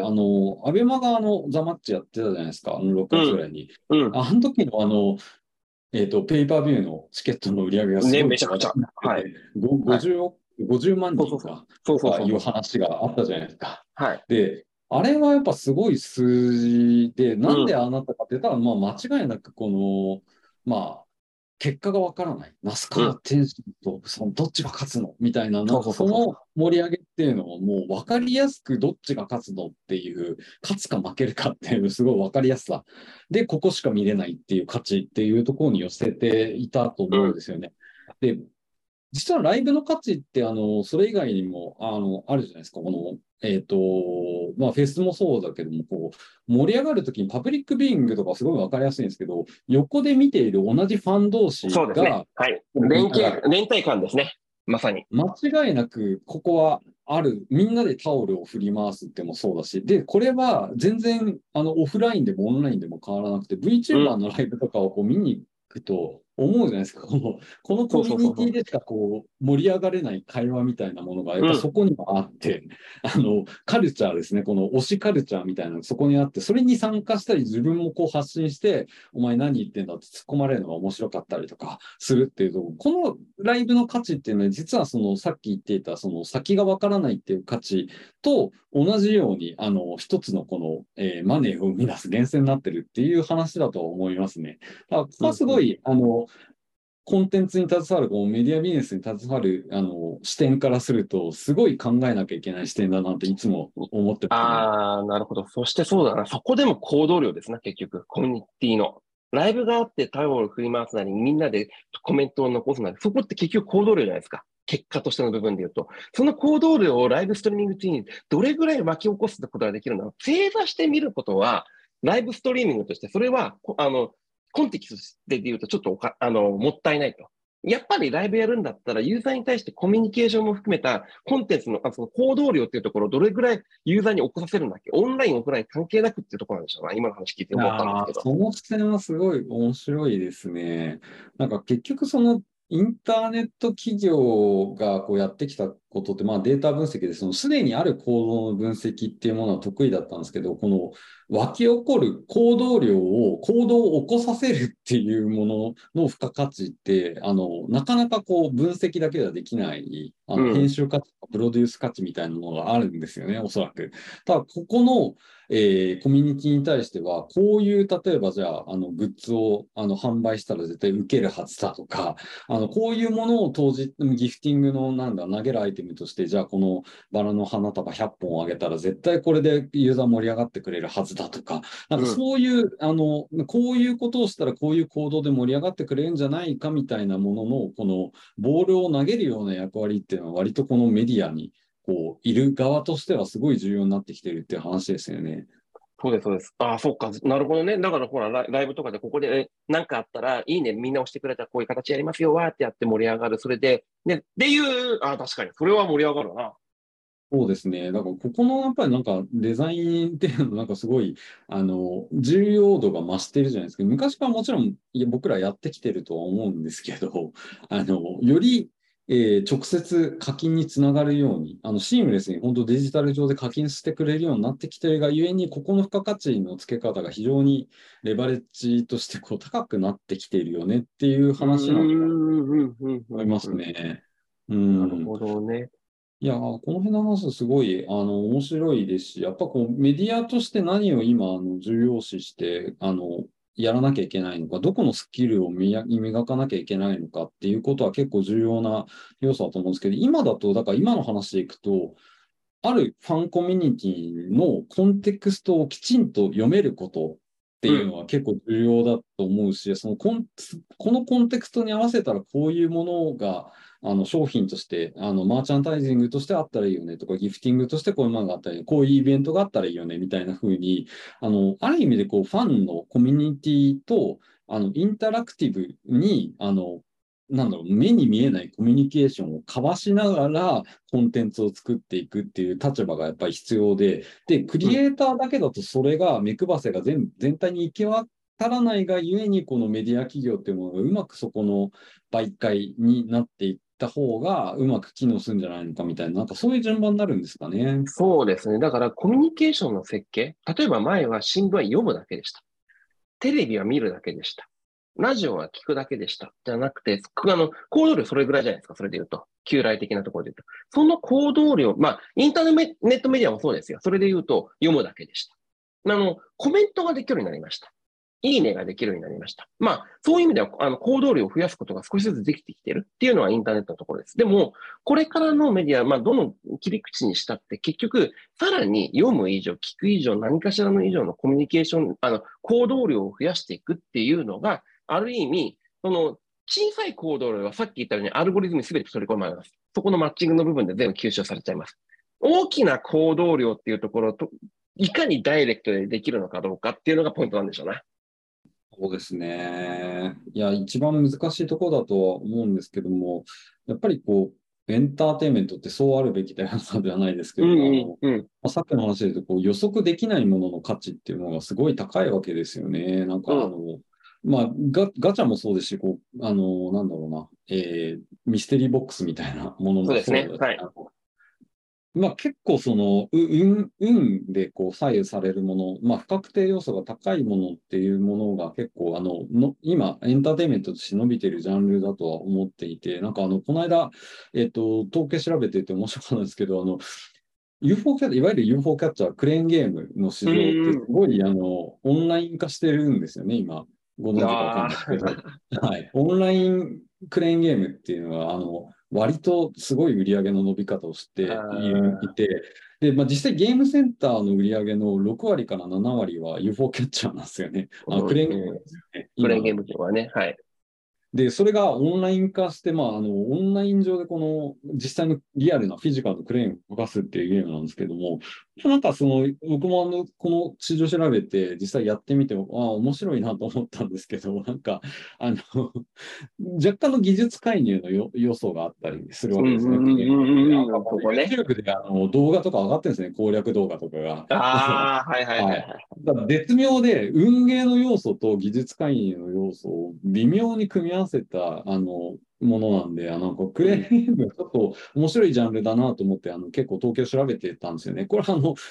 アベマがザマッチやってたじゃないですか、6 うん。 月ぐらいに。 うん。 あの時のペーパービューのチケットの売り上げがすね、 ごいめちゃくちゃ。 話題になってはい。 て、 はい。 50万そうそうそう。 人か、 そうとかいうそうそうそう。 話があったじゃないですか。 はい。 で、あれはやっぱすごい数字で、なんでうん。 ああなったかって言ったら、まあ間違いなくまあ、 結果がわからない。那須うん。 川天心とそのどっちが勝つのみたいな、なそうんかそそうそうそう。 の盛り上げっていうのをもうわかりやすくどっちが勝つのっていう、勝つか負けるかっていうすごいわかりやすさ。で、ここしか見れないっていう価値っていうところに寄せていたと思うんうん。 ですよね。で、実はライブの価値って、それ以外にも、あるじゃないですか。この、まあ、フェスもそうだけども、こう、盛り上がるときにパブリックビューイングとかすごいわかりやすいんですけど、横で見ている同じファン同士そうですね。 が、 はい。 盛り上がる。 連帯感ですね。まさに。 間違いなく、ここはある。みんなでタオルを振り回すってもそうだし、で、これは全然、オフラインでもオンラインでも変わらなくて、 う VTuber ん。 のライブとかをこう見に行くと思うじゃないですか。このコそうミュそうそうそニティでしかこう盛り上がれない会話みたいなものが、やっう。うん。 ぱそこにはあって、カルチャーですね。この推しカルチャーみたいなのがそこにあって、それに参加したり、自分もこう発信して、お前何言ってんだって突っ込まれるのが面白かったりとかするっていうと、このライブの価値っていうのは、実はそのさっき言っていた、その先がわからないっていう価値と同じように、一つのこの、マネーを生み出す源泉になってるっていう話だと思いますね。だからここうん。うん。 はすごい、コンテンツに携わる、こうメディアビジネスに携わる、視点からすると、すごい考えなきゃいけない視点だなっていつも思ってますね。 ああ、なるほど。そしてそうだな。そこでも行動量ですな、結局。コミュニティの。ライブがあってタオルを振り回すなり、みんなでコメントを残すなり、そこって結局行動量じゃないですか。結果としての部分で言うと。その行動量をライブストリーミング中にどれぐらい巻き起こすことができるのか。正座してみることは、ライブストリーミングとして、それは、コンテキストで言うとちょっともったいないと。やっぱりライブやるんだったら、ユーザーに対してコミュニケーションも含めたコンテンツの、その行動量っていうところをどれぐらいユーザーに起こさせるんだっけ。オンライン、オフライン関係なくっていうところなんでしょうな。今の話聞いて思ったんですああ、 けど。 その視点はすごい面白いですね。なんか結局そのインターネット企業がこうやってきたことって、まあデータ分析で、そのすでにある行動の分析っていうものは得意だったんですけど、この湧き起こる行動を起こさせるっていうものの付加価値って、なかなかこう分析だけではできない、編うん。 集価値、プロデュース価値みたいなものがあるんですよね、おそらく。ただ、ここのコミュニティに対しては、こういう、例えばじゃあ、グッズを販売したら絶対受けるはずだとか、こういうものを当時、ギフティングのなんだ、投げるアイテムとして、じゃあこのバラの花束100本あげたら絶対これでユーザー盛り上がってくれるはずだとか、なんかうん。 そういう、こういうことをしたらこういう行動で盛り上がってくれるんじゃないかみたいなものの、このボールを投げるような役割っていうのは割とこのメディアにこう、いる側としてはすごい重要になってきてるっていう話ですよね。 そうです、そうです。ああ、そうか。なるほどね。だからほら、ライブとかでここで、なんかあったら、いいね、みんな押してくれたらこういう形やりますよ、わーってやって盛り上がる。それで、ね、でいう、ああ、確かに。それは盛り上がるな。 そうですね。だから、ここのやっぱりなんかデザインっていうのなんかすごい、重要度が増してるじゃないですか。昔からもちろん僕らやってきてるとは思うんですけど、より、直接課金につながるように、シームレスに本当デジタル上で課金してくれるようになってきてるがゆえに、ここの付加価値の付け方が非常にレバレッジとしてこう高くなってきているよねっていううー話なんだとん、うん、うん、うん、 思いますうん。 ね。うなるん。 ほどね。 いやー、この辺の話すごい、面白いですし、やっぱこう、メディアとして何を今、重要視して、やらなきゃいけないのか、どこのスキルを磨かなきゃいけないのかっていうことは結構重要な要素だと思うんですけど、今だと、だから今の話でいくと、あるファンコミュニティのコンテクストをきちんと読めることってうん、 いうのは結構重要だと思うし、このコンテクストに合わせたらこういうものが商品として、マーチャンダイジングとしてあったらいいよねとか、ギフティングとしてこういうものがあったり、こういうイベントがあったらいいよねみたいな風に、ある意味でこうファンのコミュニティと、インタラクティブに、なんだろう、目に見えないコミュニケーションを交わしながら、コンテンツを作っていくっていう立場がやっぱり必要で、で、クうん。 リエイターだけだとそれが目配せが全体に行き渡らないがゆえに、このメディア企業っていうものがうまくそこの媒介になっていった方がうまく機能するんじゃないのかみたいな、なんかそういう順番になるんですかね。 そうですね。だからコミュニケーションの設計。例えば前は新聞は読むだけでした。テレビは見るだけでした。ラジオは聞くだけでした。じゃなくて、行動量それぐらいじゃないですか。それで言うと。旧来的なところで言うと。その行動量、まあ、インターネットメディアもそうですよ。それで言うと、読むだけでした。コメントができるようになりました。 いいねができるようになりました。まあ、そういう意味では、行動量を増やすことが少しずつできてきてるっていうのはインターネットのところです。でも、これからのメディア、まあ、どの切り口にしたって、結局、さらに読む以上、聞く以上、何かしらの以上のコミュニケーション、行動量を増やしていくっていうのが、ある意味、小さい行動量はさっき言ったようにアルゴリズムに全て取り込まれます。そこのマッチングの部分で全部吸収されちゃいます。大きな行動量っていうところと、いかにダイレクトでできるのかどうかっていうのがポイントなんでしょうね。 そうですね。いや、一番難しいところだとは思うんですけども、やっぱりこう、エンターテインメントってそうあるべきだよなではないですけども、さっきの話で言うとこう予測できないものの価値っていうのがすごい高いわけですよね。なんかまあ、ガチャもそうですし、こう、なんだろうな、ミステリーボックスみたいなものそうですね。 もそうだし、 はい。 まあ結構その、運でこう左右されるもの、まあ不確定要素が高いものっていうものが結構今エンターテインメントとして伸びているジャンルだとは思っていて、なんかこの間、統計調べてて面白かったんですけど、UFO キャッチャー、いわゆる UFO キャッチャー、クレーンゲームの市場ってすごいオンライン化してるんですよね、今。ご存知かわかんないですけど。はい。オンラインクレーンゲームっていうのは、割とすごい売り上げの伸び方をしていて、で、まあ、実際ゲームセンターの売り上げの6割から7割は UFO キャッチャーなんですよね。クレーンゲームですよね。 クレーンゲームはね、はい。 で、それがオンライン化して、まあ、オンライン上でこの実際のリアルなフィジカルのクレーンを動かすっていうゲームなんですけども、なんか僕もこの市場調べて実際やってみて、面白いなと思ったんですけど、なんか、若干の技術介入の要素があったりするわけですね。 ここね。 YouTube で動画とか上がってるんですね、攻略動画とかが。 ああ、はいはいはいはい。 はい。 だから絶妙で、運ゲーの要素と技術介入の要素を微妙に組み合わせた、ものなんで、なんかクレーンゲームちょっと面白いジャンルだなと思って、結構統計を調べてたんですよね。これ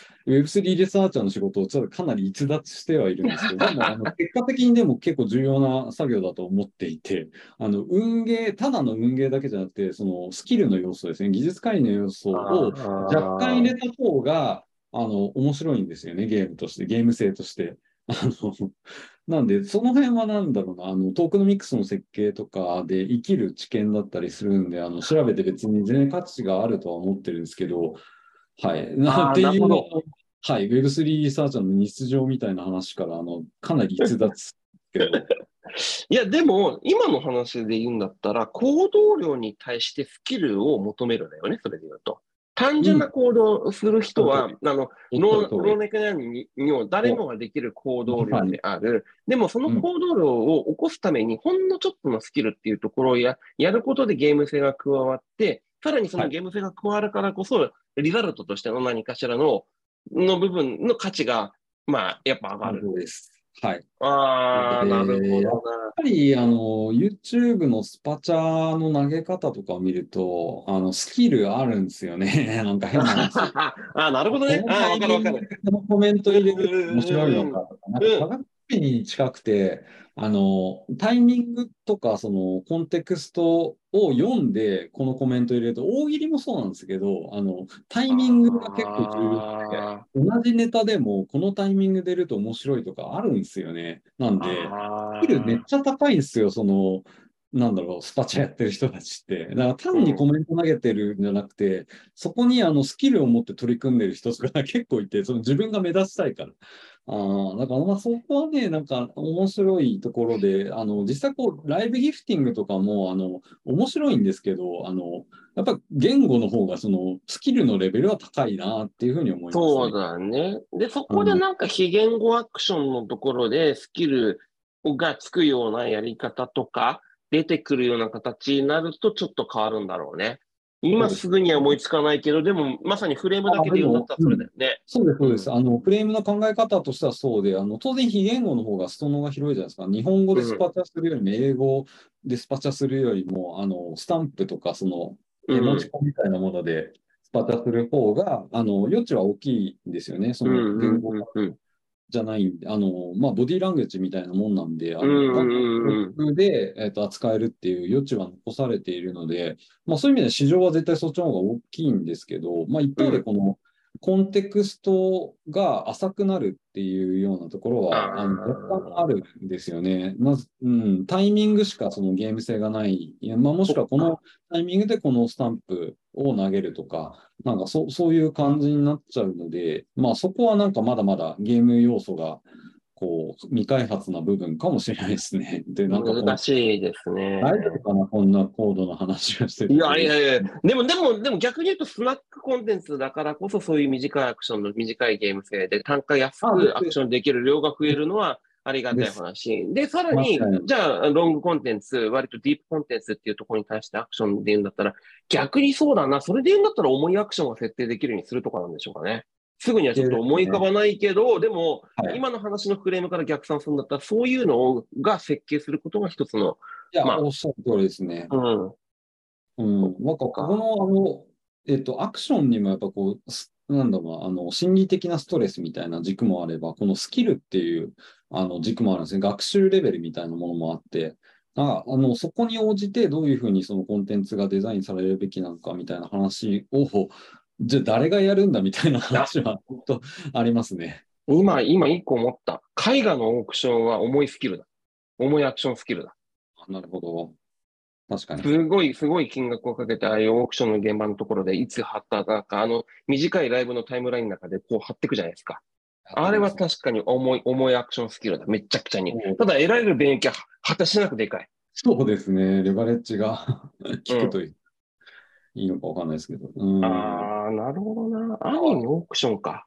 Web3 リサーチャーの仕事をちょっとかなり逸脱してはいるんですけど、でも、結果的にでも結構重要な作業だと思っていて、ただの運ゲーだけじゃなくて、そのスキルの要素ですね、技術介入の要素を若干入れた方が、面白いんですよね、ゲームとして、ゲーム性として。なんで、その辺はなんだろうな、トークノミクスの設計とかで生きる知見だったりするんで、調べて別に全然価値があるとは思ってるんですけど、はい。っていうのを、はい、Web3 リサーチャーの日常みたいな話から、かなり逸脱けど。 いや、でも、今の話で言うんだったら、行動量に対してスキルを求めるだよね、それで言うと。単純な行動をする人は、老若男女にも誰もができる行動量である。でも、その行動量を起こすために、ほんのちょっとのスキルっていうところをやることでゲーム性が加わって、さらにそのゲーム性が加わるからこそ、リザルトとしての何かしらの部分の価値が、まあ、やっぱ上がる。 です。はい。 ああ、なるほやっどな。 ぱり、YouTube のスパチャの投げ方とかを見ると、スキルあるんですよね。なんか変な話。 あ、なるほどね。 このあ、 タイミングわかるわかる。 でこのコメント入れると面白いのかうん、 とか、なんかうん、 鏡に近くて、タイミングとか、その、コンテクストを読んで、このコメント入れると、大喜利もそうなんですけど、タイミングが結構重要で、 あ同じネタでも、このタイミングで出ると面白いとかあるんですよね。なんあ、 で、スキルめっああ、 ちゃ高いんですよ、なんだろう、スパチャやってる人たちって。だから単にうん。 コメント投げてるんじゃなくて、そこにスキルを持って取り組んでる人とか結構いて、その自分が目立ちたいから。だからまあそこはね、なんか面白いところで、実際こう、ライブギフティングとかも、面白いんですけど、やっぱ言語の方がそのスキルのレベルは高いなっていうふうに思いますね。 そうだね。で、そこでうん、 なんか非言語アクションのところでスキルがつくようなやり方とか、出てくるような形になるとちょっと変わるんだろうね。今そうですね。 すぐには思いつかないけど、でもまさにフレームだけで言うんだっでも、 たらそれだよね。 そうです、そうです。 うん。 フレームの考え方としてはそうで、当然非言語の方が裾野が広いじゃないですか。日本語でスうん。 パチャするよりも、英語でスパチャするよりも、スタンプとか、 う絵文字ん。 みたいなものでスパチャする方が、余地は大きいんですよね。そうん。 の言語うん。うん。 じゃないんで、まあ、ボディーランゲージみたいなもんなんで、 うん。 ガンガンうん。 ブで、扱えるっていう余地は残されているので、まあ、そういう意味で市場は絶対そっちの方が大きいんですけど、まあ、一うん。 方でこの、 コンテクストが浅くなるっていうようなところは、若干ああ、 るんですよね。まず、タイミングしかそのゲーム性がない。もしそっくはこのか。 タイミングでこのスタンプを投げるとか、なんかそういう感じになっちゃうので、まあそこはなんかまだまだゲーム要素が、未開発な部分かもしれないですね。で、なんか難しいです大丈夫ね。 かな、こんな高度な話をしていて、正直。 やいやいや、でも逆に言うとスナックコンテンツだからこそそういう短いアクションの短いゲーム性で単価安あ、 くアクションできる量が増えるのはありがたいです。 話。で、さら間違いに、 ない。 じゃあロングコンテンツ、割とディープコンテンツっていうところに対してアクションで言うんだったら、逆にそうだな、それで言うんだったら重いアクションが設定できるようにするとかなんでしょうかね。すぐにはちょっと思い浮かばないけど、でも、 はい。 今の話のフレームから逆算するんだったら、そういうのが設計することが一つの、 いや、 まおっしゃる通りですね。 あ、うん、 うそっん。なんか、ここか。 の、アクションにもやっぱなんだろうな、心理的なストレスみたいな軸もあれば、このスキルっていう、軸もあるんですね。学習レベルみたいなものもあって、そこに応じてどういうふうにそのコンテンツがデザインされるべきなのかみたいな話を、じゃあ誰がやるんだみたいなあ、 話は、本当ありますね。 今一個思った。絵画のオークションは重いスキルだ。重いアクションスキルだ。 なるほど。確かに。 すごい金額をかけて、ああいうオークションの現場のところで、いつ貼ったか、短いライブのタイムラインの中でこう貼っていくじゃないですか。あれはやってきますね。 確かに重いアクションスキルだ。めちゃくちゃに。 そうただ得られる便益は果たしなくでかい。 そうですね。レバレッジがうん。 効くといいのかわかんないですけど。うん。 ああ、なるほどな。ある意味オークションか。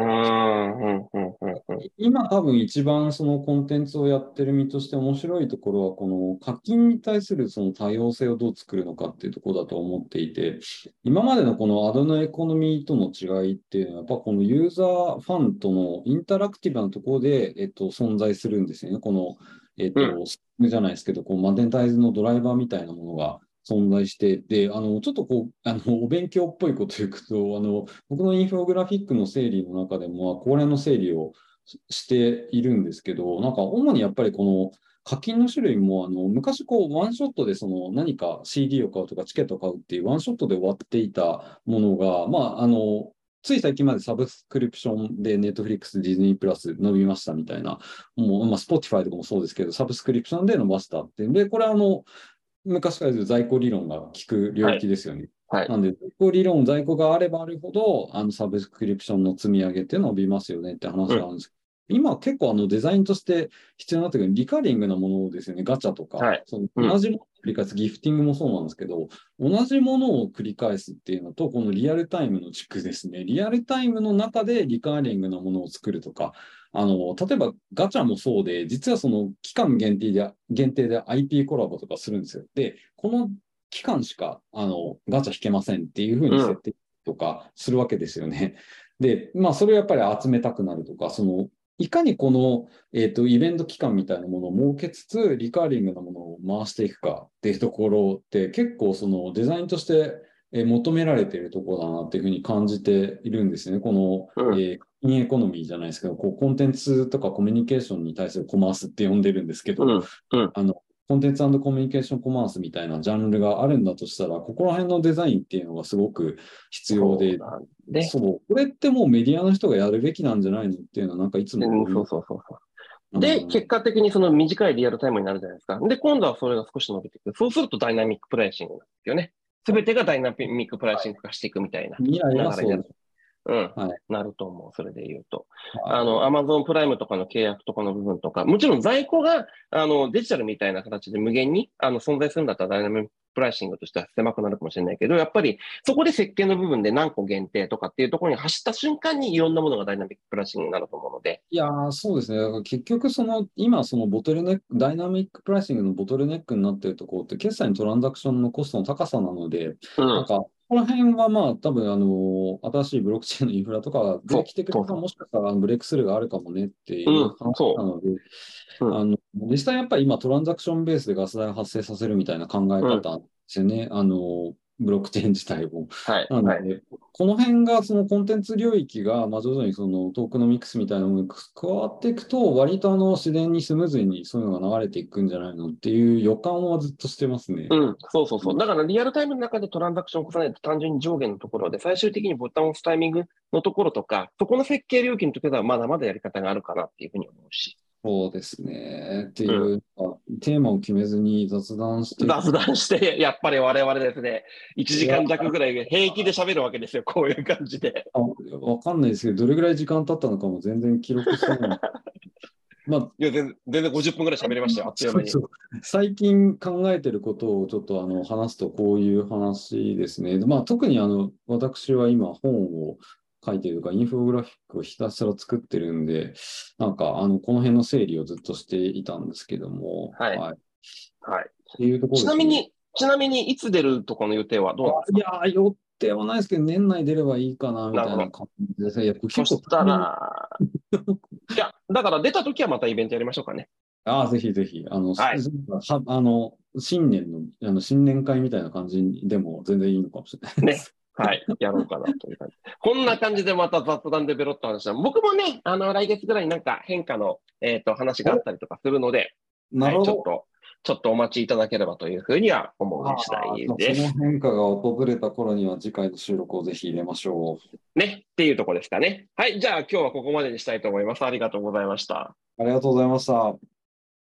うん。 今多分一番そのコンテンツをやってる身として面白いところは、この課金に対するその多様性をどう作るのかっていうところだと思っていて、今までのこのアドのエコノミーとの違いっていうのは、やっぱこのユーザーファンとのインタラクティブなところで、存在するんですよね。この、 うん。 スじゃないですけど、マネタイズのドライバーみたいなものが存在して、で、ちょっとお勉強っぽいことを言うと、僕のインフォグラフィックの整理の中でも、これの整理をしているんですけど、なんか主にやっぱりこの課金の種類も、昔ワンショットでその何か CD を買うとかチケットを買うっていうワンショットで終わっていたものが、つい最近までサブスクリプションで Netflix、ディズニープラス伸びましたみたいな、もう、Spotify とかもそうですけど、サブスクリプションで伸ばしたってで、これは昔から言う在庫理論が効く領はい。 域ですよね。 はい。 なんで、在庫があればあるほど、サブスクリプションの積み上げっていうのを伸びますよねって話うん。 があるんですけど、今結構デザインとして必要になってくるリカーリングなものですよね。ガチャとか、 はい。 そのうん。 同じものを繰り返す、ギフティングもそうなんですけど、同じものを繰り返すっていうのと、このリアルタイムの軸ですね。リアルタイムの中でリカーリングなものを作るとか、例えばガチャもそうで、実はその期間限定で IP コラボとかするんですよ。で、この期間しか、ガチャ引けませんっていうふううん。 に設定とかするわけですよね。で、それをやっぱり集めたくなるとか、いかにこの、イベント期間みたいなものを設けつつ、リカーリングなものを回していくかっていうところって結構そのデザインとして求められているところだなっていうふうに感じているんですね。この、 うん。 インエコノミーじゃないですけど、コンテンツとかコミュニケーションに対するコマースって呼んでるんですけど、 うん。うん。 あの、コンテンツコミュニケーションコマースみたいなジャンルがあるんだとしたら、ここら辺のデザインっていうのがすごく必要で、 そうなんで。 そう、これってもうメディアの人がやるべきなんじゃないのっていうのは、なんかいつもうん、 思い、 そう。で、結うん、 果的にその短いリアルタイムになるじゃないですか。で、今度はそれが少し伸びていく。そうするとダイナミックプライシングなんですよね。すべてがダイナミックプライシング化していくみたいな未来流れになる。 はそうです。 うん。 はい。 なると思う。それで言うと。 はい。 アマゾンプライムとかの契約とかの部分とか、もちろん在庫が、デジタルみたいな形で無限に、存在するんだったらダイナミックプライシングとしては狭くなるかもしれないけど、やっぱりそこで設計の部分で何個限定とかっていうところに走った瞬間にいろんなものがダイナミックプライシングになると思うので、 いやー、そうですね。だから結局、今、ボトルネック、ダイナミックプライシングのボトルネックになっているところって、決済のトランザクションのコストの高さなので、 うん。 なんか、この辺は多分、新しいブロックチェーンのインフラとかが出てきてくれば、 そうそもしかしたらブレイクスルーがあるかもねってう。 いう話なそので、 う。うん。 実際やっぱり今トランザクションベースでガス代を発生させるみたいな考えうん。 方ですよね。 ブロックチェーン自体を。 はい。はい。 なので、この辺がそのコンテンツ領域が、徐々にそのトークノミクスみたいなものに加わっていくと、割と自然にスムーズにそういうのが流れていくんじゃないのっていう予感はずっとしてますね。 うん、そうそうそう。だからリアルタイムの中でトランザクションを重ねて単純に上下のところで、最終的にボタンを押すタイミングのところとか、そこの設計領域の時はまだまだやり方があるかなっていうふうに思うし。 そうですね。ってうん。 いう、テーマを決めずに雑談していく雑談して、やっぱり我々ですね、1 いや、 時間弱ぐらい平気で喋るわけですよ。こういう感じで。 わかんないですけど、どれぐらい時間経ったのかも全然記録してない。まあ、 いや、全然50分ぐらい喋りましたよ。あっという間に。 そうそう。最近考えてることをちょっと話すとこういう話ですね。特に私は今本を書いているとか、インフォグラフィックをひたすら作ってるんで、この辺の整理をずっとしていたんですけども、 はい。 はい。っはい。 ていうところですね。 ちなみに、ちなみに、いつ出るとこの予定はどうなんですか？ いやー、予定はないですけど、年内出ればいいかな、みなるほど。 たいな感じですね。いや、これ結構そした大変。 ら、いや、だから出た時はまたイベントやりましょうかね。 ああ、ぜひぜひ、 はい。 新年の、新年会みたいな感じでも全然いいのかもしれないでね。 す。 はい。やろうかなという感じ。こんな感じでまた雑談でベロッと話した。僕もね、来月ぐらいになんか変化の、話があったりとかするので、はい。 なるほど。 ちょっとお待ちいただければというふうには思う次ああ、じゃあその第です。 変化が訪れた頃には次回の収録をぜひ入れましょう。 ね。っていうところですかね。はい。じゃあ今日はここまでにしたいと思います。ありがとうございました。 ありがとうございました。